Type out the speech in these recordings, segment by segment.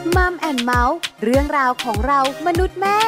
มัมแอนด์เมาส์เรื่องราวของเรามนุษย์แม่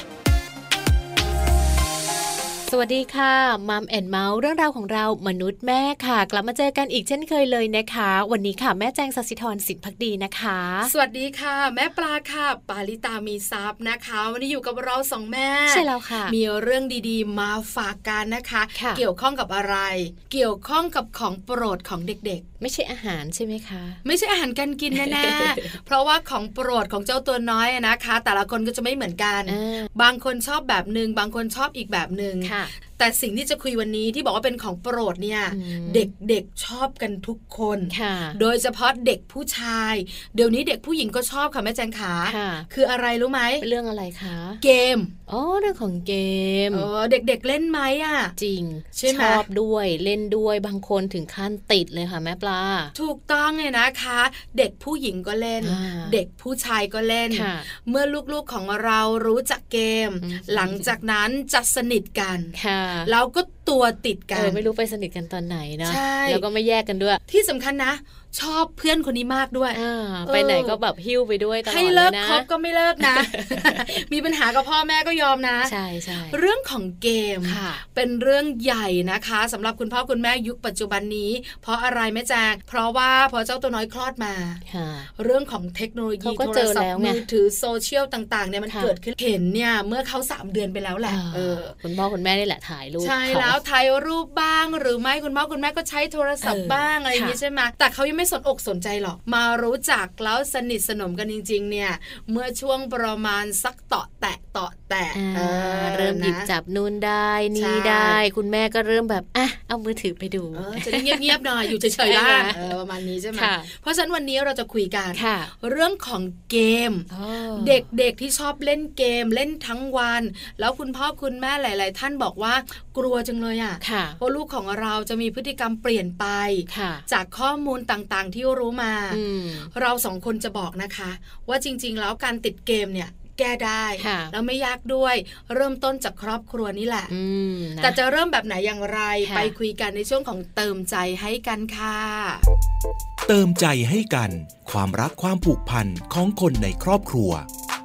สวัสดีค่ะมัมแอนด์เมาส์เรื่องราวของเรามนุษย์แม่ค่ะกลับมาเจอกันอีกเช่นเคยเลยนะคะวันนี้ค่ะแม่แจงศศิธรสินภักดีนะคะสวัสดีค่ะแม่ปลาค่ะปาริตามีซับนะคะวันนี้อยู่กับเราสองแม่ใช่แล้วค่ะมีเรื่องดีๆมาฝากกันนะคะเกี่ยวข้องกับอะไรเกี่ยวข้องกับของโปรดของเด็กๆไม่ใช่อาหารใช่ไหมคะไม่ใช่อาหารการกินแน่ๆ เพราะว่าของโปรดของเจ้าตัวน้อยนะคะแต่ละคนก็จะไม่เหมือนกันบางคนชอบแบบนึงบางคนชอบอีกแบบนึงแต่สิ่งที่จะคุยวันนี้ที่บอกว่าเป็นของโปรดเนี่ยเด็กๆชอบกันทุกคนโดยเฉพาะเด็กผู้ชายเดี๋ยวนี้เด็กผู้หญิงก็ชอบค่ะแม่แจงขาคืออะไรรู้ไหมเป็นเรื่องอะไรคะเกมอ๋อเรื่องของเกมเด็กๆเล่นไหมอ่ะจริงชอบด้วยเล่นด้วยบางคนถึงขั้นติดเลยค่ะแม่ปลาถูกต้องเลยนะคะเด็กผู้หญิงก็เล่นเด็กผู้ชายก็เล่นเมื่อลูกๆของเรารู้จักเกมหลังจากนั้นจะสนิทกันแล้วก็ตัวติดกันไม่รู้ไปสนิทกันตอนไหนนะแล้วก็ไม่แยกกันด้วยที่สำคัญนะชอบเพื่อนคนนี้มากด้วยไปไหนก็แบบหิ้วไปด้วยตลอดเลยนะให้เลิกคบก็ไม่เลิกนะ มีปัญหากับพ่อแม่ก็ยอมนะใช่ใช่เรื่องของเกมเป็นเรื่องใหญ่นะคะสำหรับคุณพ่อคุณแม่ยุคปัจจุบันนี้เพราะอะไรแม่แจงเพราะว่าพอเจ้าตัวน้อยคลอดมาเรื่องของเทคโนโลยีโทรศัพท์มือถือโซเชียลต่างๆเนี่ยมันเกิดขึ้นเห็นเนี่ยเมื่อเขา3 เดือนไปแล้วแหละคุณพ่อคุณแม่นี่แหละถ่ายรูปใช่แล้วถ่ายรูปบ้างหรือไม่คุณพ่อคุณแม่ก็ใช้โทรศัพท์บ้างอะไรอย่างนี้ใช่ไหมแต่เขายังไม่สนอกสนใจหรอกมารู้จักแล้วสนิทสนมกันจริงๆเนี่ยเมื่อช่วงประมาณสักเตาะแตะเริ่มหยิบจับนู่นได้นี่ได้คุณแม่ก็เริ่มแบบเอามือถือไปดูจะได้เงียบๆหน่อยอยู่เฉยๆบ้างประมาณนี้ใช่ไหมเพราะฉะนั้นวันนี้เราจะคุยกันเรื่องของเกมเด็กๆที่ชอบเล่นเกมเล่นทั้งวันแล้วคุณพ่อคุณแม่หลายๆท่านบอกว่ากลัวจังเลยอ่ะเพราะลูกของเราจะมีพฤติกรรมเปลี่ยนไปจากข้อมูลต่างๆที่รู้มาเรา2 คนจะบอกนะคะว่าจริงๆแล้วการติดเกมเนี่ยแก้ได้แล้วไม่ยากด้วยเริ่มต้นจากครอบครัวนี่แหละแต่จะเริ่มแบบไหนอย่างไรไปคุยกันในช่วงของเติมใจให้กันค่ะเติมใจให้กันความรักความผูกพันของคนในครอบครัว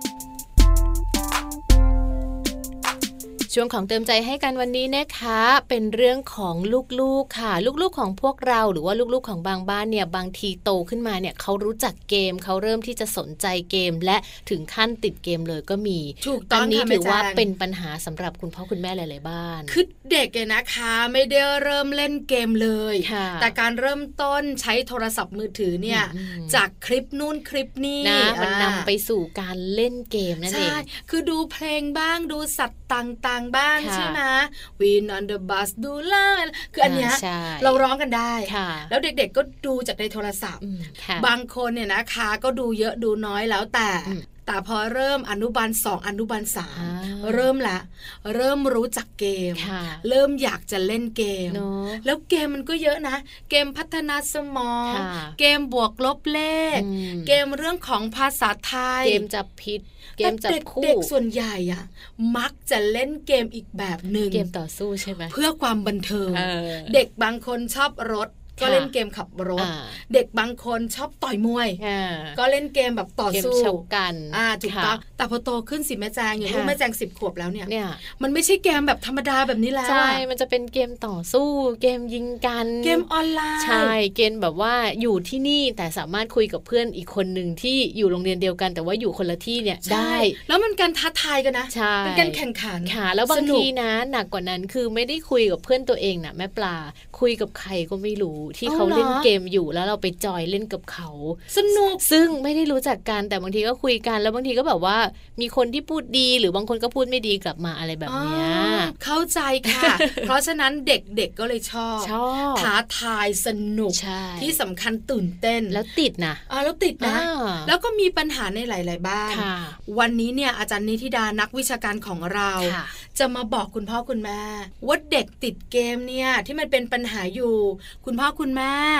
ช่วงของเติมใจให้กันวันนี้นะคะเป็นเรื่องของลูกๆค่ะลูกๆของพวกเราหรือว่าลูกๆของบางบ้านเนี่ยบางทีโตขึ้นมาเนี่ยเขารู้จักเกมเขาเริ่มที่จะสนใจเกมและถึงขั้นติดเกมเลยก็มีถูกต้องอันนี้ถือว่าเป็นปัญหาสำหรับคุณพ่อคุณแม่หลายๆบ้านคือเด็กเนี่ยนะคะไม่ได้เริ่มเล่นเกมเลยแต่การเริ่มต้นใช้โทรศัพท์มือถือเนี่ยจากคลิปนู่นคลิปนี่นะมันนำไปสู่การเล่นเกมนั่นเองคือดูเพลงบ้างดูสัตว์ต่างๆบ้างใช่ไหม Win on the bus ดูล่าคืออันเนี้ยเราร้องกันได้แล้วเด็กๆก็ดูจากในโทรศัพท์บางคนเนี่ยนะคะก็ดูเยอะดูน้อยแล้วแต่พอเริ่มอนุบาล2อนุบาล3เริ่มรู้จักเกมเริ่มอยากจะเล่นเกมแล้วเกมมันก็เยอะนะเกมพัฒนาสมองเกมบวกลบเลขเกมเรื่องของภาษาไทยเกมจับผิดเกมจับคู่เด็กส่วนใหญ่อะมักจะเล่นเกมอีกแบบนึงเกมต่อสู้ใช่ไหมเพื่อความบันเทิงเด็กบางคนชอบรถก็เล่นเกมขับรถเด็กบางคนชอบต่อยมวยก็เล่นเกมแบบต่อสู้กันถูกต้องแต่พอโตขึ้นสิแม่แจงอย่างลูกแม่แจง10 ขวบแล้วเนี่ยมันไม่ใช่เกมแบบธรรมดาแบบนี้แล้วใช่มันจะเป็นเกมต่อสู้เกมยิงกันเกมออนไลน์ใช่เกมแบบว่าอยู่ที่นี่แต่สามารถคุยกับเพื่อนอีกคนนึงที่อยู่โรงเรียนเดียวกันแต่ว่าอยู่คนละที่เนี่ยได้แล้วมันการท้าทายกันนะเป็นการแข่งขันค่ะแล้วบางทีนะหนักกว่านั้นคือไม่ได้คุยกับเพื่อนตัวเองนะแม่ปลาคุยกับใครก็ไม่รู้ที่เขาเล่นเกมอยู่แล้วเราไปจอยเล่นกับเขาสนุกซึ่งไม่ได้รู้จักกันแต่บางทีก็คุยกันแล้วบางทีก็แบบว่ามีคนที่พูดดีหรือบางคนก็พูดไม่ดีกลับมาอะไรแบบนี้เข้าใจค่ะ เพราะฉะนั้นเด็กๆก็เลยชอบท้าทายสนุกที่สำคัญตื่นเต้นแล้วติดนะแล้วติดนะแล้วก็มีปัญหาในหลายๆบ้านวันนี้เนี่ยอาจารย์นิธิดานักวิชาการของเราจะมาบอกคุณพ่อคุณแม่ว่าเด็กติดเกมเนี่ยที่มันเป็นปัญหาอยู่คุณพ่อคุณแม่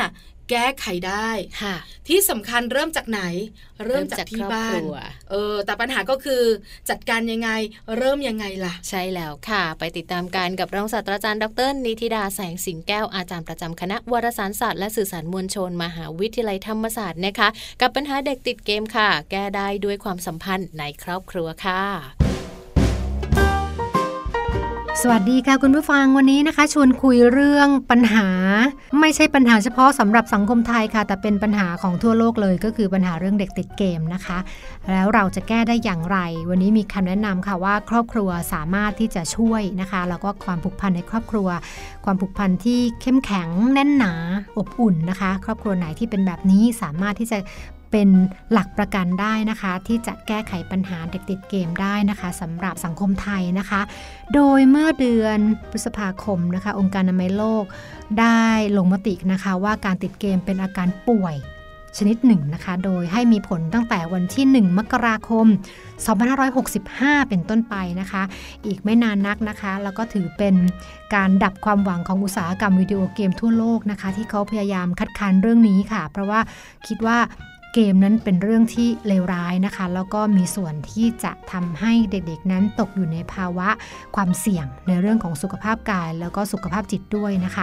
แก้ไขได้ที่สำคัญเริ่มจากไหนเริ่มจากที่บ้านแต่ปัญหาก็คือจัดการยังไงเริ่มยังไงล่ะใช่แล้วค่ะไปติดตามกันกับรองศาสตราจารย์ดร.นิธิดาแสงสิงแก้วอาจารย์ประจำคณะวารสารศาสตร์และสื่อสารมวลชนมหาวิทยาลัยธรรมศาสตร์นะคะกับปัญหาเด็กติดเกมค่ะแก้ได้ด้วยความสัมพันธ์ในครอบครัวค่ะสวัสดีค่ะคุณผู้ฟังวันนี้นะคะชวนคุยเรื่องปัญหาไม่ใช่ปัญหาเฉพาะสำหรับสังคมไทยค่ะแต่เป็นปัญหาของทั่วโลกเลยก็คือปัญหาเรื่องเด็กติดเกมนะคะแล้วเราจะแก้ได้อย่างไรวันนี้มีคำแนะนำค่ะว่าครอบครัวสามารถที่จะช่วยนะคะแล้วก็ความผูกพันในครอบครัวความผูกพันที่เข้มแข็งแน่นหนาอบอุ่นนะคะครอบครัวไหนที่เป็นแบบนี้สามารถที่จะเป็นหลักประกันได้นะคะที่จะแก้ไขปัญหาเด็กติดเกมได้นะคะสำหรับสังคมไทยนะคะโดยเมื่อเดือนพฤษภาคมนะคะองค์การอนามัยโลกได้ลงมตินะคะว่าการติดเกมเป็นอาการป่วยชนิดหนึ่งนะคะโดยให้มีผลตั้งแต่วันที่1มกราคม2565เป็นต้นไปนะคะอีกไม่นานนักนะคะแล้วก็ถือเป็นการดับความหวังของอุตสาหกรรมวิดีโอเกมทั่วโลกนะคะที่เขาพยายามคัดค้านเรื่องนี้ค่ะเพราะว่าคิดว่าเกมนั้นเป็นเรื่องที่เลวร้ายนะคะแล้วก็มีส่วนที่จะทำให้เด็กๆนั้นตกอยู่ในภาวะความเสี่ยงในเรื่องของสุขภาพกายแล้วก็สุขภาพจิตด้วยนะคะ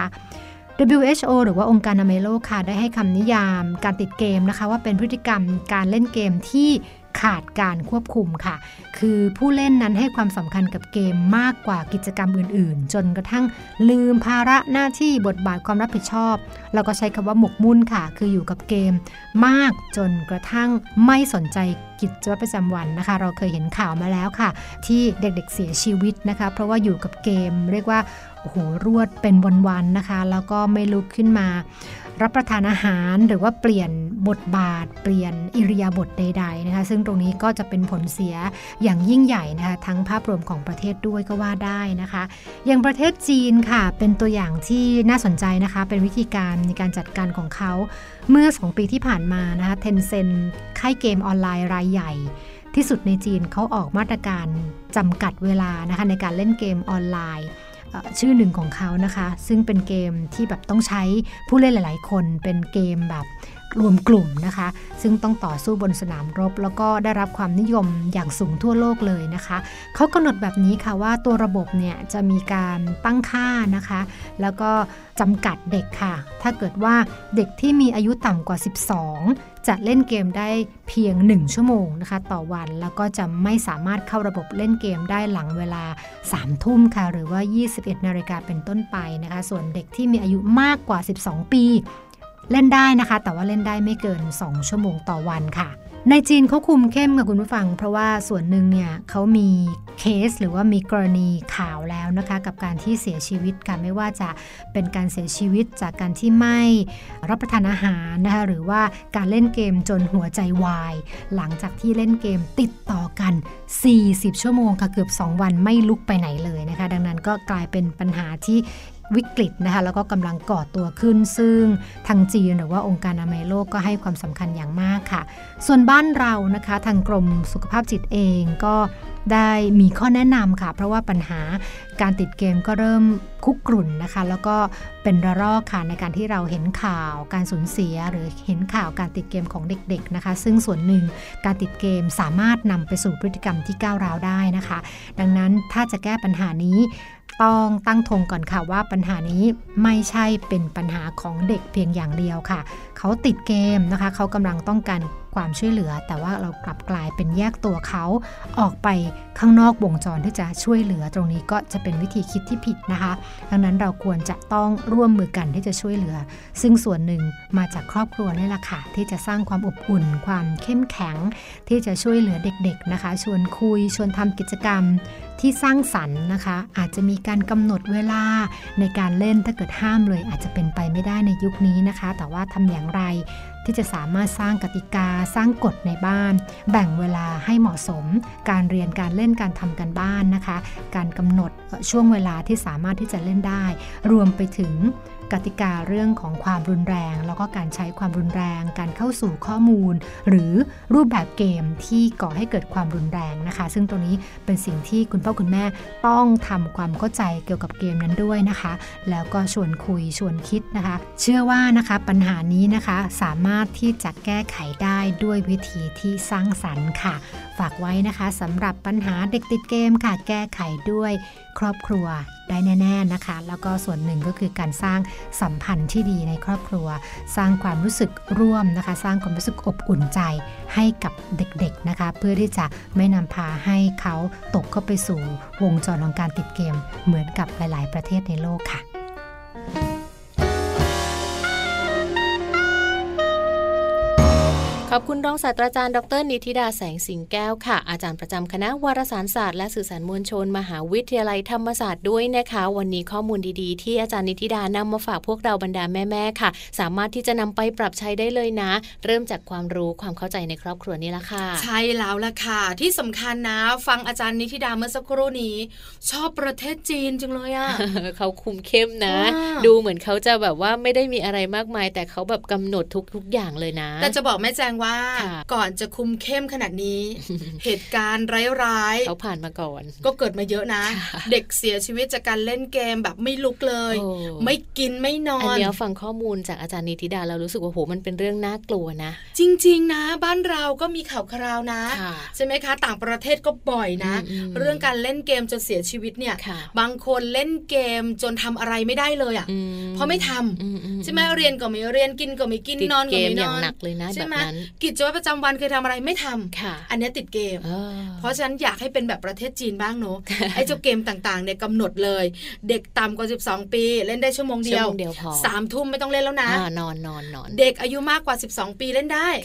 WHO หรือว่าองค์การอนามัยโลกค่ะได้ให้คำนิยามการติดเกมนะคะว่าเป็นพฤติกรรมการเล่นเกมที่ขาดการควบคุมค่ะคือผู้เล่นนั้นให้ความสำคัญกับเกมมากกว่ากิจกรรมอื่นๆจนกระทั่งลืมภาระหน้าที่บทบาทความรับผิดชอบแล้วก็ใช้คำว่าหมกมุ่นค่ะคืออยู่กับเกมมากจนกระทั่งไม่สนใจกิจวัตรประจำวันนะคะเราเคยเห็นข่าวมาแล้วค่ะที่เด็กๆเสียชีวิตนะคะเพราะว่าอยู่กับเกมเรียกว่าโอ้โหรวดเป็นวันๆนะคะแล้วก็ไม่ลุกขึ้นมารับประทานอาหารหรือว่าเปลี่ยนบทบาทเปลี่ยนอิริยาบถใดๆนะคะซึ่งตรงนี้ก็จะเป็นผลเสียอย่างยิ่งใหญ่นะคะทั้งภาพรวมของประเทศด้วยก็ว่าได้นะคะอย่างประเทศจีนค่ะเป็นตัวอย่างที่น่าสนใจนะคะเป็นวิธีการในการจัดการของเขาเมื่อ2 ปีที่ผ่านมานะคะ Tencent ค่ายเกมออนไลน์รายใหญ่ที่สุดในจีนเขาออกมาตรการจำกัดเวลานะคะในการเล่นเกมออนไลน์ชื่อหนึ่งของเขานะคะซึ่งเป็นเกมที่แบบต้องใช้ผู้เล่นหลายๆคนเป็นเกมแบบรวมกลุ่มนะคะซึ่งต้องต่อสู้บนสนามรบแล้วก็ได้รับความนิยมอย่างสูงทั่วโลกเลยนะคะเขากำหนดแบบนี้ค่ะว่าตัวระบบเนี่ยจะมีการตั้งค่านะคะแล้วก็จำกัดเด็กค่ะถ้าเกิดว่าเด็กที่มีอายุต่ำกว่า12จะเล่นเกมได้เพียง1ชั่วโมงนะคะต่อวันแล้วก็จะไม่สามารถเข้าระบบเล่นเกมได้หลังเวลา 3 ทุ่มค่ะหรือว่า 21 นาฬิกาเป็นต้นไปนะคะส่วนเด็กที่มีอายุมากกว่า12 ปีเล่นได้นะคะแต่ว่าเล่นได้ไม่เกิน2ชั่วโมงต่อวันค่ะในจีนเขาคุมเข้มกับคุณผู้ฟังเพราะว่าส่วนหนึ่งเนี่ยเขามีเคสหรือว่ามีกรณีข่าวแล้วนะคะกับการที่เสียชีวิตค่ะไม่ว่าจะเป็นการเสียชีวิตจากการที่ไม่รับประทานอาหารนะคะหรือว่าการเล่นเกมจนหัวใจวายหลังจากที่เล่นเกมติดต่อกัน40ชั่วโมงค่ะเกือบ2วันไม่ลุกไปไหนเลยนะคะดังนั้นก็กลายเป็นปัญหาที่วิกฤตนะคะแล้วก็กำลังก่อตัวขึ้นซึ่งทางจีนหรือว่าองค์การอนามัยโลกก็ให้ความสำคัญอย่างมากค่ะส่วนบ้านเรานะคะทางกรมสุขภาพจิตเองก็ได้มีข้อแนะนำค่ะเพราะว่าปัญหาการติดเกมก็เริ่มคุกรุ่นนะคะแล้วก็เป็นระลอกค่ะในการที่เราเห็นข่าวการสูญเสียหรือเห็นข่าวการติดเกมของเด็กๆนะคะซึ่งส่วนหนึ่งการติดเกมสามารถนำไปสู่พฤติกรรมที่ก้าวร้าวได้นะคะดังนั้นถ้าจะแก้ปัญหานี้ต้องตั้งธงก่อนค่ะว่าปัญหานี้ไม่ใช่เป็นปัญหาของเด็กเพียงอย่างเดียวค่ะเขาติดเกมนะคะเขากำลังต้องการความช่วยเหลือแต่ว่าเรากลับกลายเป็นแยกตัวเขาออกไปข้างนอกวงจรที่จะช่วยเหลือตรงนี้ก็จะเป็นวิธีคิดที่ผิดนะคะดังนั้นเราควรจะต้องร่วมมือกันที่จะช่วยเหลือซึ่งส่วนหนึ่งมาจากครอบครัวนี่แหละค่ะที่จะสร้างความอบอุ่นความเข้มแข็งที่จะช่วยเหลือเด็กๆนะคะชวนคุยชวนทำกิจกรรมที่สร้างสรรค์นะคะอาจจะมีการกำหนดเวลาในการเล่นถ้าเกิดห้ามเลยอาจจะเป็นไปไม่ได้ในยุคนี้นะคะแต่ว่าทำอย่างไรที่จะสามารถสร้างกติกาสร้างกฎในบ้านแบ่งเวลาให้เหมาะสมการเรียนการเล่นการทำกันบ้านนะคะการกำหนดช่วงเวลาที่สามารถที่จะเล่นได้รวมไปถึงกติกาเรื่องของความรุนแรงแล้วก็การใช้ความรุนแรงการเข้าสู่ข้อมูลหรือรูปแบบเกมที่ก่อให้เกิดความรุนแรงนะคะซึ่งตรงนี้เป็นสิ่งที่คุณพ่อคุณแม่ต้องทำความเข้าใจเกี่ยวกับเกมนั้นด้วยนะคะแล้วก็ชวนคุยชวนคิดนะคะเชื่อว่านะคะปัญหานี้นะคะสามารถที่จะแก้ไขได้ด้วยวิธีที่สร้างสรรค์ค่ะฝากไว้นะคะสำหรับปัญหาเด็กติดเกมค่ะแก้ไขด้วยครอบครัวได้แน่ๆนะคะแล้วก็ส่วนหนึ่งก็คือการสร้างสัมพันธ์ที่ดีในครอบครัวสร้างความรู้สึกร่วมนะคะสร้างความรู้สึกอบอุ่นใจให้กับเด็กๆนะคะเพื่อที่จะไม่นำพาให้เขาตกเข้าไปสู่วงจรของการติดเกมเหมือนกับหลายๆประเทศในโลกค่ะขอบคุณรองศาสตราจารย์ดร.นิธิดาแสงสิงแก้วค่ะอาจารย์ประจำคณะวารสารศาสตร์และสื่อสารมวลชนมหาวิทยาลัยธรรมศาสตร์ด้วยนะคะวันนี้ข้อมูลดีๆที่อาจารย์นิธิดานำมาฝากพวกเราบรรดาแม่ๆค่ะสามารถที่จะนำไปปรับใช้ได้เลยนะเริ่มจากความรู้ความเข้าใจในครอบครัวนี่ละค่ะใช่แล้วล่ะค่ะที่สำคัญนะฟังอาจารย์นิธิดาเมื่อสักครู่นี้ชอบประเทศจีนจังเลยอ่ะเขาคุมเข้มนะดูเหมือนเขาจะแบบว่าไม่ได้มีอะไรมากมายแต่เขาแบบกำหนดทุกอย่างเลยนะแต่จะบอกแม่แจงว่าก่อนจะคุมเข้มขนาดนี้ เหตุการณ์ร้ายๆเขาผ่านมาก่อนก็เกิดมาเยอะนะ เด็กเสียชีวิตจากการเล่นเกมแบบไม่ลุกเลยไม่กินไม่นอนอันนี้ฟังข้อมูลจากอาจารย์นิธิดาเรารู้สึกว่าโหมันเป็นเรื่องน่ากลัวนะจริงๆนะบ้านเราก็มีข่าวคราวนะใช่ไหมคะต่างประเทศก็บ่อยนะเรื่องการเล่นเกมจนเสียชีวิตเนี่ยบางคนเล่นเกมจนทำอะไรไม่ได้เลยอ่ะเพราะไม่ทำใช่ไหมเรียนก็ไม่เรียนกินก็ไม่กินนอนก็ไม่นอนหนักเลยนะแบบนั้นกิจวัตรประจำวันเคยทำอะไรไม่ทำอันนี้ติดเกมเพราะฉะนั้นอยากให้เป็นแบบประเทศจีนบ้างเนอะไอ้เจ้าเกมต่างๆเนี่ยกำหนดเลยเด็กต่ำกว่า12ปีเล่นได้ชั่วโมงเดียว3 ทุ่มไม่ต้องเล่นแล้วนะนอนเด็กอายุมากกว่า12ปีเล่นได้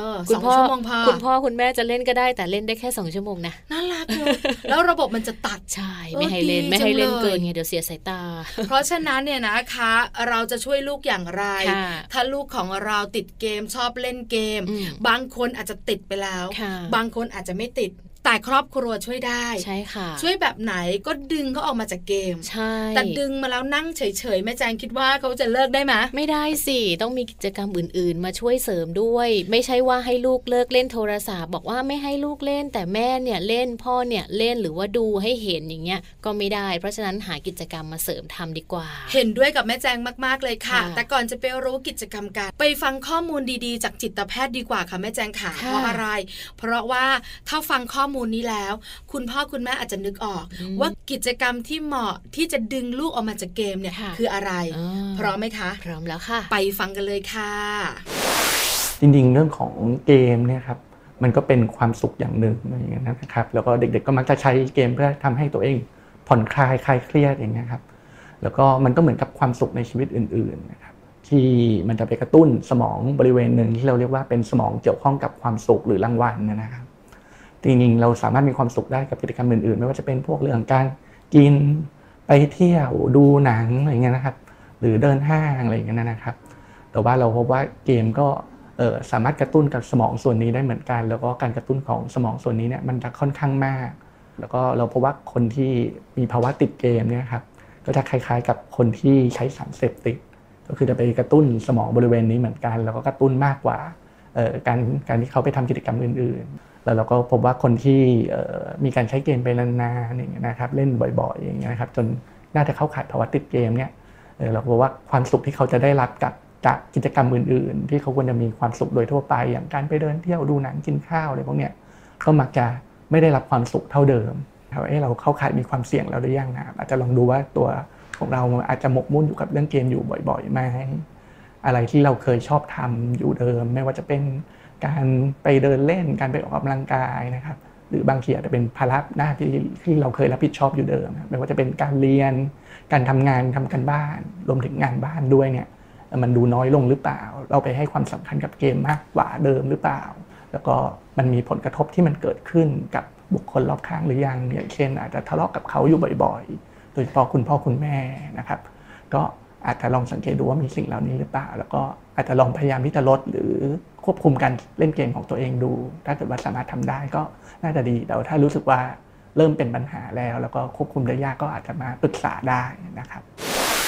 2 ชั่วโมงพอคุณพ่อคุณแม่จะเล่นก็ได้แต่เล่นได้แค่2 ชั่วโมงนะน่ารักเลยแล้วระบบมันจะตัดใช่ไม่ให้เล่นเกินไงเดี๋ยวเสียสายตาเพราะฉะนั้นเนี่ยนะคะเราจะช่วยลูกอย่างไรถ้าลูกของเราติดเกมชอบเล่นเกมบางคนอาจจะติดไปแล้วบางคนอาจจะไม่ติดแต่ครอบครัวช่วยได้ใช่ค่ะช่วยแบบไหนก็ดึงเขาออกมาจากเกมใช่แต่ดึงมาแล้วนั่งเฉยๆแม่แจงคิดว่าเขาจะเลิกได้ไหมไม่ได้สิต้องมีกิจกรรมอื่นๆมาช่วยเสริมด้วยไม่ใช่ว่าให้ลูกเลิกเล่นโทรศัพท์บอกว่าไม่ให้ลูกเล่นแต่แม่เนี่ยเล่นพ่อเนี่ยเล่นหรือว่าดูให้เห็นอย่างเงี้ยก็ไม่ได้เพราะฉะนั้นหากิจกรรมมาเสริมทำดีกว่าเห็นด้วยกับแม่แจงมากๆเลยค่ะแต่ก่อนจะไปรู้กิจกรรมกันไปฟังข้อมูลดีๆจากจิตแพทย์ดีกว่าค่ะแม่แจงค่ะเพราะอะไรเพราะว่าถ้าฟังข้อมูลนี้แล้วคุณพ่อคุณแม่อาจจะนึกออกว่ากิจกรรมที่เหมาะที่จะดึงลูกออกมาจากเกมเนี่ยคืออะไรพร้อมไหมคะพร้อมแล้วค่ะไปฟังกันเลยค่ะจริงๆเรื่องของเกมเนี่ยครับมันก็เป็นความสุขอย่างหนึ่งอย่างนั้นนะครับแล้วก็เด็กๆก็มักจะใช้เกมเพื่อทำให้ตัวเองผ่อนคลายคลายเครียดอย่างนี้ครับแล้วก็มันก็เหมือนกับความสุขในชีวิตอื่นๆนะครับที่มันจะไปกระตุ้นสมองบริเวณหนึ่งที่เราเรียกว่าเป็นสมองเกี่ยวข้องกับความสุขหรือรางวัลนะครับจริงๆเราสามารถมีความสุขได้กับกิจกรรมอื่นๆไม่ว่าจะเป็นพวกเรื่องการกินไปเที่ยวดูหนังอะไรเงี้ยนะครับหรือเดินห้างอะไรอย่างเงี้ยนะครับแต่ว่าเราพบว่าเกมก็สามารถกระตุ้นกับสมองส่วนนี้ได้เหมือนกันแล้วก็การกระตุ้นของสมองส่วนนี้เนี่ยมันจะค่อนข้างมากแล้วก็เราพบว่าคนที่มีภาวะติดเกมเนี่ยครับก็จะคล้ายๆกับคนที่ใช้สารเสพติดก็คือจะไปกระตุ้นสมองบริเวณนี้เหมือนกันแล้วก็กระตุ้นมากกว่าการที่เขาไปทำกิจกรรมอื่นๆแล้วเราก็พบว่าคนที่มีการใช้เกมไปนานๆอย่างเงี้ยนะครับเล่นบ่อยๆอย่างเงี้ยนะครับจนน่าจะเข้าข่ายภาวะติดเกมเนี่ยเราพบว่าความสุขที่เขาจะได้รับจากกิจกรรมอื่นๆที่เขาควรจะมีความสุขโดยทั่วไปอย่างการไปเดินเที่ยวดูหนังกินข้าวอะไรพวกเนี้ยก็มักจะไม่ได้รับความสุขเท่าเดิมเราเข้าข่ายมีความเสี่ยงแล้วหรือยังนะครับอาจจะลองดูว่าตัวของเราอาจจะหมกมุ่นอยู่กับเรื่องเกมอยู่บ่อยๆไหมอะไรที่เราเคยชอบทำอยู่เดิมไม่ว่าจะเป็นการไปเดินเล่นการไปออกกำลังกายนะครับหรือบางทีอาจจะเป็นภาระหน้าที่เราเคยรับผิดชอบอยู่เดิมไม่ว่าจะเป็นการเรียนการทำงานทำการบ้านรวมถึงงานบ้านด้วยเนี่ยมันดูน้อยลงหรือเปล่าเราไปให้ความสำคัญกับเกมมากกว่าเดิมหรือเปล่าแล้วก็มันมีผลกระทบที่มันเกิดขึ้นกับบุคคลรอบข้างหรือยังอย่างเช่นอาจจะทะเลาะกับเขาอยู่บ่อยๆโดยเฉพาะคุณพ่อคุณแม่นะครับก็อาจจะลองสังเกตดูว่ามีสิ่งเหล่านี้หรือเปล่าแล้วก็อาจจะลองพยายามที่จะลดหรือควบคุมการเล่นเกมของตัวเองดูถ้าเกิดว่าสามารถทำได้ก็น่าจะดีแต่ถ้ารู้สึกว่าเริ่มเป็นปัญหาแล้วก็ควบคุมได้ยากก็อาจจะมาปรึกษาได้นะครับ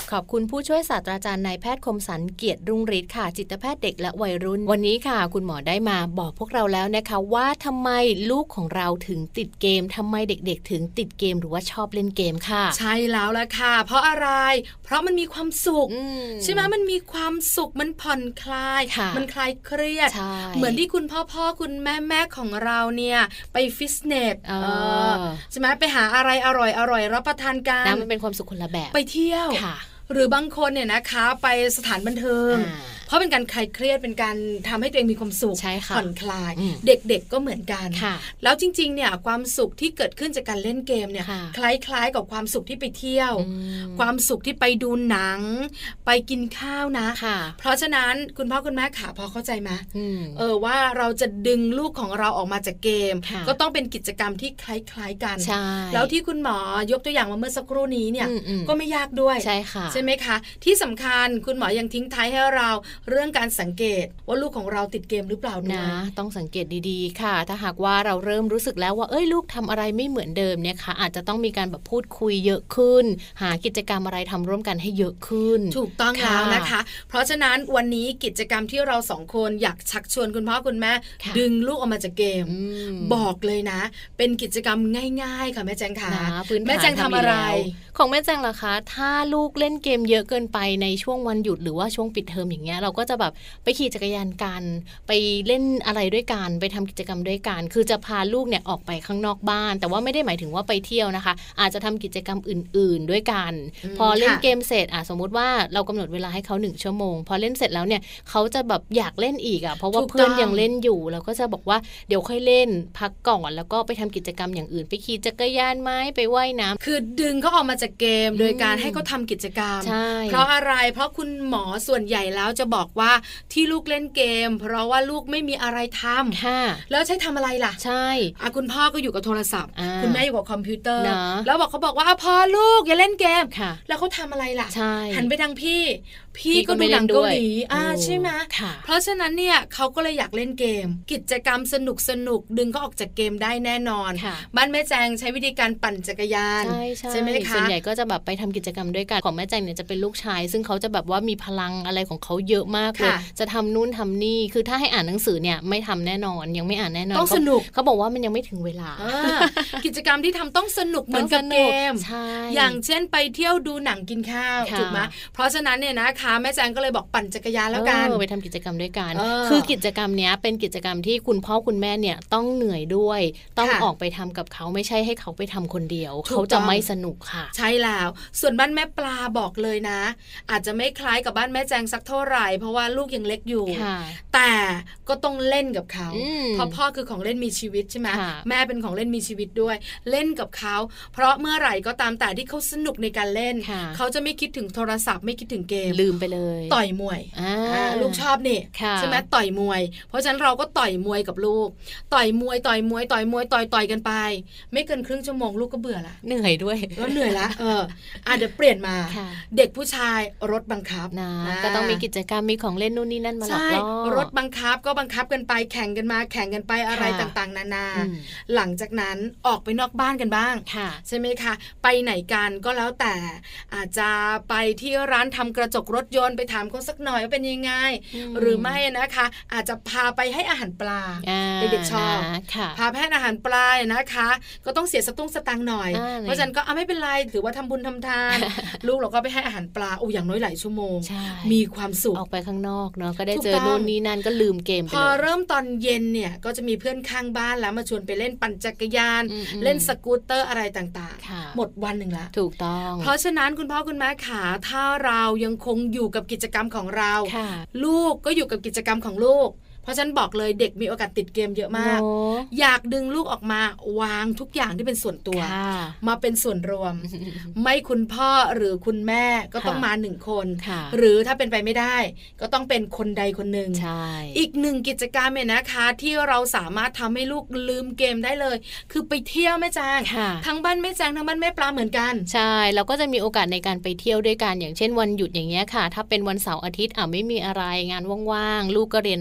ขอบคุณผู้ช่วยศาสตราจารย์นายแพทย์คมสันต์เกียรติรุ่งฤทธิ์ค่ะจิตแพทย์เด็กและวัยรุ่นวันนี้ค่ะคุณหมอได้มาบอกพวกเราแล้วนะคะว่าทำไมลูกของเราถึงติดเกมทำไมเด็กๆถึงติดเกมหรือว่าชอบเล่นเกมค่ะใช่แล้วล่ะค่ะเพราะอะไรเพราะมันมีความสุขใช่ไหมมันมีความสุขมันผ่อนคลายมันคลายเครียดเหมือนที่คุณพ่อคุณแม่ของเราเนี่ยไปฟิตเนสใช่ไหมไปหาอะไรอร่อยรับประทานกันนะมันเป็นความสุขคนละแบบไปเที่ยวหรือบางคนเนี่ยนะคะไปสถานบันเทิงเพราะเป็นการคลายเครียดเป็นการทำให้ตัวเองมีความสุขผ่อนคลายเด็กๆก็เหมือนกันแล้วจริงๆเนี่ยความสุขที่เกิดขึ้นจากการเล่นเกมเนี่ยคล้ายๆกับความสุขที่ไปเที่ยวความสุขที่ไปดูหนังไปกินข้าวนะเพราะฉะนั้นคุณพ่อคุณแม่ขาพอเข้าใจไหมว่าเราจะดึงลูกของเราออกมาจากเกมก็ต้องเป็นกิจกรรมที่คล้ายๆกันแล้วที่คุณหมอยกตัวอย่างมาเมื่อสักครู่นี้เนี่ยก็ไม่ยากด้วยใช่ไหมคะที่สำคัญคุณหมอยังทิ้งท้ายให้เราเรื่องการสังเกตว่าลูกของเราติดเกมหรือเปล่านะต้องสังเกตดีๆค่ะถ้าหากว่าเราเริ่มรู้สึกแล้วว่าลูกทำอะไรไม่เหมือนเดิมเนี่ยค่ะอาจจะต้องมีการแบบพูดคุยเยอะขึ้นหากิจกรรมอะไรทำร่วมกันให้เยอะขึ้นถูกต้องแล้วนะคะเพราะฉะนั้นวันนี้กิจกรรมที่เราสองคนอยากชักชวนคุณพ่อคุณแม่ดึงลูกออกมาจากเกมบอกเลยนะเป็นกิจกรรมง่ายๆค่ะแม่แจงค่ะแม่แจงทำอะไรของแม่แจงล่ะคะถ้าลูกเล่นเกมเยอะเกินไปในช่วงวันหยุดหรือว่าช่วงปิดเทอมอย่างเงี้ยเราก็จะแบบไปขี่จักรยานกันไปเล่นอะไรด้วยกันไปทำกิจกรรมด้วยกันคือจะพาลูกเนี่ยออกไปข้างนอกบ้านแต่ว่าไม่ได้หมายถึงว่าไปเที่ยวนะคะอาจจะทำกิจกรรมอื่นๆด้วยกันพอเล่นเกมเสร็จสมมติว่าเรากำหนดเวลาให้เขา1 ชั่วโมงพอเล่นเสร็จแล้วเนี่ยเขาจะแบบอยากเล่นอีกเพราะว่าเพื่อนยังเล่นอยู่เราก็จะบอกว่าเดี๋ยวค่อยเล่นพักก่อนแล้วก็ไปทำกิจกรรมอย่างอื่นไปขี่จักรยานไหมไปว่ายน้ำคือดึงเขาออกมาจากเกมโดยการให้เขาทำกิจกรรมเพราะอะไรเพราะคุณหมอส่วนใหญ่แล้วจะบอกว่าที่ลูกเล่นเกมเพราะว่าลูกไม่มีอะไรทำแล้วใช้ทำอะไรล่ะใช่คุณพ่อก็อยู่กับโทรศัพท์คุณแม่อยู่กับคอมพิวเตอร์แล้วเขาบอกว่าพอลูกอย่าเล่นเกมแล้วเขาทำอะไรล่ะหันไปทางพี่ก็ดูหนังเกาหลีใช่ไหมเพราะฉะนั้นเนี่ยเขาก็เลยอยากเล่นเกมกิจกรรมสนุกดึงเขาออกจากเกมได้แน่นอนบ้านแม่แจงใช้วิธีการปั่นจักรยานใช่ไหมคะส่วนใหญ่ก็จะแบบไปทำกิจกรรมด้วยกันของแม่แจงเนี่ยจะเป็นลูกชายซึ่งเขาจะแบบว่ามีพลังอะไรของเขาเยอะมากเลยจะทำนู่นทำนี่คือถ้าให้อ่านหนังสือเนี่ยไม่ทำแน่นอนยังไม่อ่านแน่นอนต้องสนุกเขาบอกว่ามันยังไม่ถึงเวลากิจกรรมที่ทำต้องสนุกเหมือนกับเกมอย่างเช่นไปเที่ยวดูหนังกินข้าวถูกไหมเพราะฉะนั้นเนี่ยนะคะแม่แจงก็เลยบอกปั่นจักรยานแล้วกันไปทำกิจกรรมด้วยกันคือกิจกรรมนี้เป็นกิจกรรมที่คุณพ่อคุณแม่เนี่ยต้องเหนื่อยด้วยต้องออกไปทำกับเขาไม่ใช่ให้เขาไปทำคนเดียวเขาจะไม่สนุกค่ะใช่แล้วส่วนบ้านแม่ปลาบอกเลยนะอาจจะไม่คล้ายกับบ้านแม่แจงสักเท่าไหร่เพราะว่าลูกยังเล็กอยู่แต่ก็ต้องเล่นกับเขาเพราะพ่อคือของเล่นมีชีวิตใช่ไหมแม่เป็นของเล่นมีชีวิตด้วยเล่นกับเขาเพราะเมื่อไหร่ก็ตามแต่ที่เขาสนุกในการเล่นเขาจะไม่คิดถึงโทรศัพท์ไม่คิดถึงเกมลืมไปเลยต่อยมวยลูกชอบนี่ใช่ไหมต่อยมวยเพราะฉะนั้นเราก็ต่อยมวยกับลูกต่อยมวยต่อยกันไปไม่เกินครึ่งชั่วโมงลูกก็เบื่อละเหนื่อยด้วยก็เหนื่อยละเดี๋ยวเปลี่ยนมาเด็กผู้ชายรถบังคับนะก็ต้องมีกิจกรรมมีของเล่นนู่นนี่นั่นมาหลอกล่อรถบังคับก็บังคับกันไปแข่งกันมาแข่งกันไปอะไรต่างๆนานาหลังจากนั้นออกไปนอกบ้านกันบ้างใช่ไหมคะไปไหนกันก็แล้วแต่อาจจะไปที่ร้านทำกระจกรถยนต์ไปถามเขาสักหน่อยว่าเป็นยังไงหรือไม่นะคะอาจจะพาไปให้อาหารปลาเด็กๆชอบพาไปให้อาหารปลานะคะก็ต้องเสียสตางค์หน่อยเพราะฉะนั้นก็ไม่เป็นไรถือว่าทำบุญทำทานลูกเราก็ไปให้อาหารปลาอย่างน้อยหลายชั่วโมงมีความสุขออกไปข้างนอกเนาะก็ได้เจอนู่นนี่นั่นก็ลืมเกมไปเลยพอเริ่มตอนเย็นเนี่ยก็จะมีเพื่อนข้างบ้านแล้วมาชวนไปเล่นปั่นจักรยานเล่นสกูตเตอร์อะไรต่างๆหมดวันหนึ่งละถูกต้องเพราะฉะนั้นคุณพ่อคุณแม่ขาถ้าเรายังคงอยู่กับกิจกรรมของเราลูกก็อยู่กับกิจกรรมของลูกเพราะฉันบอกเลยเด็กมีโอกาสติดเกมเยอะมากอยากดึงลูกออกมาวางทุกอย่างที่เป็นส่วนตัวมาเป็นส่วนรวม ไม่คุณพ่อหรือคุณแม่ก็ต้องมา1 คนหรือถ้าเป็นไปไม่ได้ก็ต้องเป็นคนใดคนหนึ่งอีก1กิจกรรมเนี่ยนะคะที่เราสามารถทำให้ลูกลืมเกมได้เลยคือไปเที่ยวแม่แจงทั้งบ้านแม่แจงทั้งบ้านแม่ปลาเหมือนกันใช่เราก็จะมีโอกาสในการไปเที่ยวด้วยกันอย่างเช่นวันหยุดอย่างเงี้ยค่ะถ้าเป็นวันเสาร์อาทิตย์ไม่มีอะไรงานว่างๆลูกก็เรียนน้อยๆ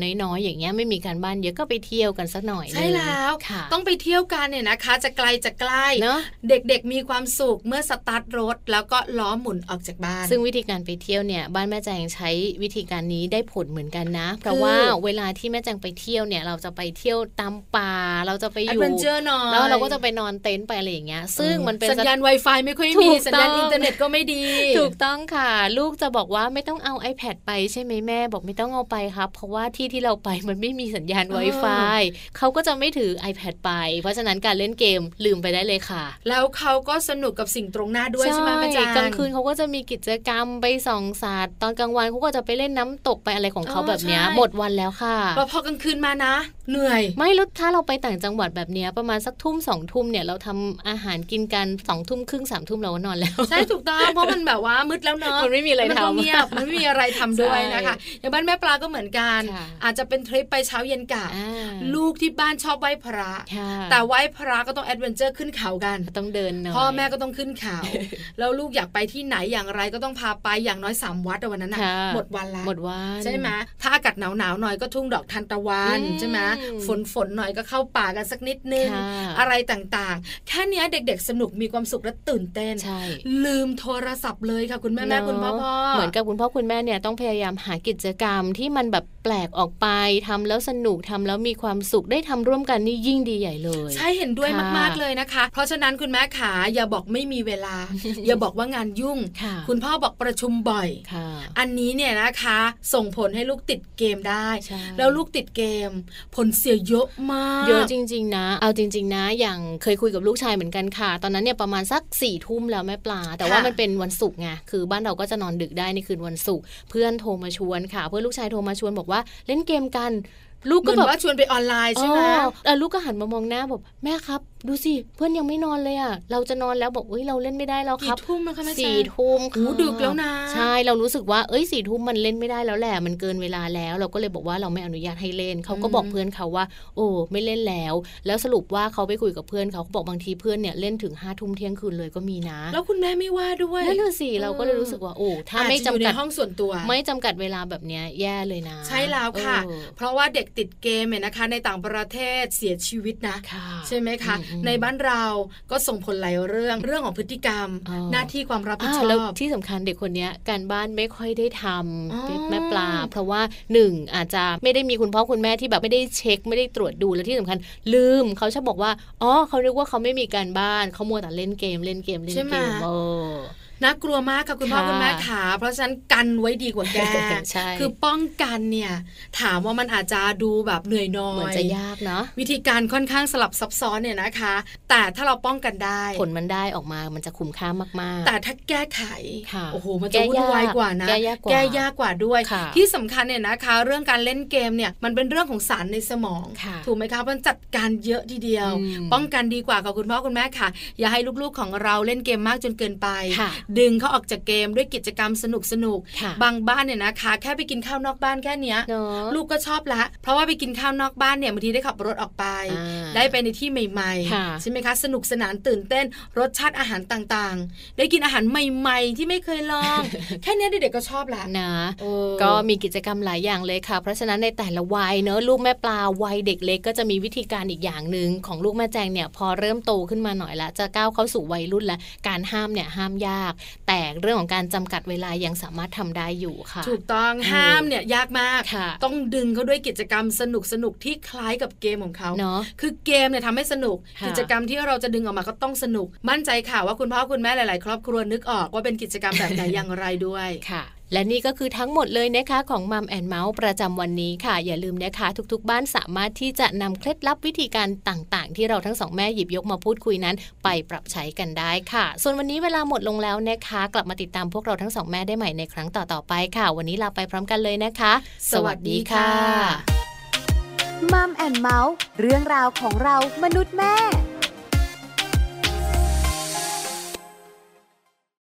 อย่างเงี้ยไม่มีการบ้านเยอะก็ไปเที่ยวกันสักหน่อยใช่แล้วต้องไปเที่ยวกันเนี่ยนะคะจะไกลจะใกล้เนาะเด็กๆมีความสุขเมื่อสตาร์ทรถแล้วก็ล้อหมุนออกจากบ้านซึ่งวิธีการไปเที่ยวเนี่ยบ้านแม่แจงใช้วิธีการนี้ได้ผลเหมือนกันนะเพราะว่าเวลาที่แม่แจงไปเที่ยวเนี่ยเราจะไปเที่ยวตามป่าเราจะไปอยู่แล้วเราก็จะไปนอนเต็นท์ไปอะไรอย่างเงี้ยซึ่งมันเป็นสัญญาณ Wi-Fi ไม่ค่อยมีสัญญาณอินเทอร์เน็ตก็ไม่ดีถูกต้องค่ะลูกจะบอกว่าไม่ต้องเอา iPad ไปใช่ไหมแม่บอกไม่ต้องเอาไปครับเพราะว่าที่เราไปมันไม่มีสัญญาณ Wi-Fi เขาก็จะไม่ถือ iPad ไปเพราะฉะนั้นการเล่นเกมลืมไปได้เลยค่ะแล้วเขาก็สนุกกับสิ่งตรงหน้าด้วยใช่ไหมแม่จ๋ากลางคืนเขาก็จะมีกิจกรรมไปส่องสัตว์ตอนกลางวันเขาก็จะไปเล่นน้ำตกไปอะไรของเขาแบบนี้หมดวันแล้วค่ะพอกลางคืนมานะเหนื่อยไม่แล้วถ้าเราไปต่างจังหวัดแบบนี้ประมาณสักทุ่ม2 ทุ่มเนี่ยเราทำอาหารกินกัน2 ทุ่มครึ่ง3 ทุ่มเราก็นอนแล้วใช่ถูกต้องเพราะมันแบบว่ามืดแล้วเนอะมันไม่มีอะไรทำมันไม่มีอะไรทำด้วยนะคะอย่างบ้านแม่ปลาก็เหมือนกันอาจจะเป็นทริปไปเช้าเย็นกลับลูกที่บ้านชอบไหว้พระแต่ไหว้พระก็ต้องแอดเวนเจอร์ขึ้นเขากันต้องเดินหน่อยพ่อแม่ก็ต้องขึ้นเขาแล้วลูกอยากไปที่ไหนอย่างไรก็ต้องพาไปอย่างน้อย3 วัดวันนั้นหมดวันละใช่ไหมถ้าอากาศหนาวหน่อยก็ทุ่งดอกทานตะวันใช่ไหมฝนหน่อยก็เข้าป่ากันสักนิดนึงอะไรต่างๆแค่นี้เด็กๆสนุกมีความสุขและตื่นเต้นลืมโทรศัพท์เลยค่ะคุณแม่คุณพ่อเหมือนกับคุณพ่อคุณแม่เนี่ยต้องพยายามหากิจกรรมที่มันแบบแปลกออกไปทำแล้วสนุกทำแล้วมีความสุขได้ทำร่วมกันนี่ยิ่งดีใหญ่เลยใช่เห็นด้วยมากๆเลยนะคะเพราะฉะนั้นคุณแม่ขาอย่าบอกไม่มีเวลา อย่าบอกว่างานยุ่งคุณพ่อบอกประชุมบ่อยอันนี้เนี่ยนะคะส่งผลให้ลูกติดเกมได้แล้วลูกติดเกมผลเสียเยอะมากเยอะจริงๆนะเอาจริงๆนะอย่างเคยคุยกับลูกชายเหมือนกันค่ะตอนนั้นเนี่ยประมาณสัก4 ทุ่มแล้วแม่ปลาแต่ว่ามันเป็นวันศุกร์ไงคือบ้านเราก็จะนอนดึกได้ในคืนวันศุกร์เพื่อนโทรมาชวนค่ะเพื่อนลูกชายโทรมาชวนบอกว่าเล่นเกมกันลูกก็แบบว่าชวนไปออนไลน์ใช่ไหมลูกก็หันมามองหน้าบอกแม่ครับดูสิเพื่อนยังไม่นอนเลยอ่ะเราจะนอนแล้วบอกเราเล่นไม่ได้แล้วครับ 4 ทุ่มนะคะแม่จ๋า 4 ทุ่มดึกแล้วนะใช่เรารู้สึกว่า4 ทุ่มมันเล่นไม่ได้แล้วแหละมันเกินเวลาแล้วเราก็เลยบอกว่าเราไม่อนุญาตให้เล่นเขาก็บอกเพื่อนเขาว่าไม่เล่นแล้วสรุปว่าเขาไปคุยกับเพื่อนเขาบอกบางทีเพื่อนเนี่ยเล่นถึง5 ทุ่มเที่ยงคืนเลยก็มีนะแล้วคุณแม่ไม่ว่าด้วยนั่นน่ะสิเราก็เลยรู้สึกว่าถ้าไม่จำกัดห้องส่วนตัวไม่จำกัดเวลาแบบนี้แย่เลยนะใช่แล้วค่ะเพราะว่าเด็กติดเกมเนี่ยนะคะในต่างประเทศเสียชีวิตนะใช่ไหมคะในบ้านเราก็ส่งผลหลายเรื่องของพฤติกรรมหน้าที่ความรับผิดชอบแล้วที่สำคัญเด็กคนนี้การบ้านไม่ค่อยได้ทำแม่ปลาเพราะว่า1อาจจะไม่ได้มีคุณพ่อคุณแม่ที่แบบไม่ได้เช็คไม่ได้ตรวจดูและที่สำคัญลืมเขาชอบบอกว่าเขาเรียกว่าเขาไม่มีการบ้านเขามัวแต่เล่นเกมน่ากลัวมากค่ะคุณพ่อคุณแม่ขาเพราะฉะนั้นกันไว้ดีกว่าแก้คือป้องกันเนี่ยถามว่ามันอาจจะดูแบบเหนื่อยน้อยเหมือนจะยากเนาะวิธีการค่อนข้างสลับซับซ้อนเนี่ยนะคะแต่ถ้าเราป้องกันได้ผลมันได้ออกมามันจะคุ้มค่ามากๆแต่ถ้าแก้ไขโอ้โหมันจะวุ่นวายกว่านะแก้ยากกว่าด้วยที่สำคัญเนี่ยนะคะเรื่องการเล่นเกมเนี่ยมันเป็นเรื่องของสารในสมองถูกไหมคะมันจัดการเยอะทีเดียวป้องกันดีกว่ากับคุณพ่อคุณแม่ค่ะอย่าให้ลูกๆของเราเล่นเกมมากจนเกินไปดึงเขาออกจากเกมด้วยกิจกรรมสนุกบางบ้านเนี่ยนะคะแค่ไปกินข้าวนอกบ้านแค่เนี้ยลูกก็ชอบละเพราะว่าไปกินข้าวนอกบ้านเนี่ยบางทีได้ขับรถออกไปได้ไปในที่ใหม่ๆใช่ไหมคะสนุกสนานตื่นเต้นรสชาติอาหารต่างๆได้กินอาหารใหม่ๆที่ไม่เคยลอง แค่นี้เด็กๆก็ชอบละนะก็มีกิจกรรมหลายอย่างเลยค่ะเพราะฉะนั้นในแต่ละวัยเนอะลูกแม่ปลาวัยเด็กเล็กก็จะมีวิธีการอีกอย่างนึงของลูกแม่แจงเนี่ยพอเริ่มโตขึ้นมาหน่อยละจะก้าวเข้าสู่วัยรุ่นแล้วการห้ามเนี่ยห้ามยากแต่เรื่องของการจำกัดเวลายังสามารถทำได้อยู่ค่ะถูกต้องห้ามเนี่ยยากมากต้องดึงเขาด้วยกิจกรรมสนุกที่คล้ายกับเกมของเขาเนาะคือเกมเนี่ยทำให้สนุกกิจกรรมที่เราจะดึงออกมาก็ต้องสนุกมั่นใจค่ะว่าคุณพ่อคุณแม่หลายๆครอบครัวนึกออกว่าเป็นกิจกรรมแบบไหน อย่างไรด้วยค่ะและนี่ก็คือทั้งหมดเลยนะคะของมัมแอนด์เมาส์ประจำวันนี้ค่ะอย่าลืมนะคะทุกๆบ้านสามารถที่จะนำเคล็ดลับวิธีการต่างๆที่เราทั้งสองแม่หยิบยกมาพูดคุยนั้นไปปรับใช้กันได้ค่ะส่วนวันนี้เวลาหมดลงแล้วนะคะกลับมาติดตามพวกเราทั้งสองแม่ได้ใหม่ในครั้งต่อๆไปค่ะวันนี้ลาไปพร้อมกันเลยนะคะสวัสดีค่ะมัมแอนด์เมาส์เรื่องราวของเรามนุษย์แม่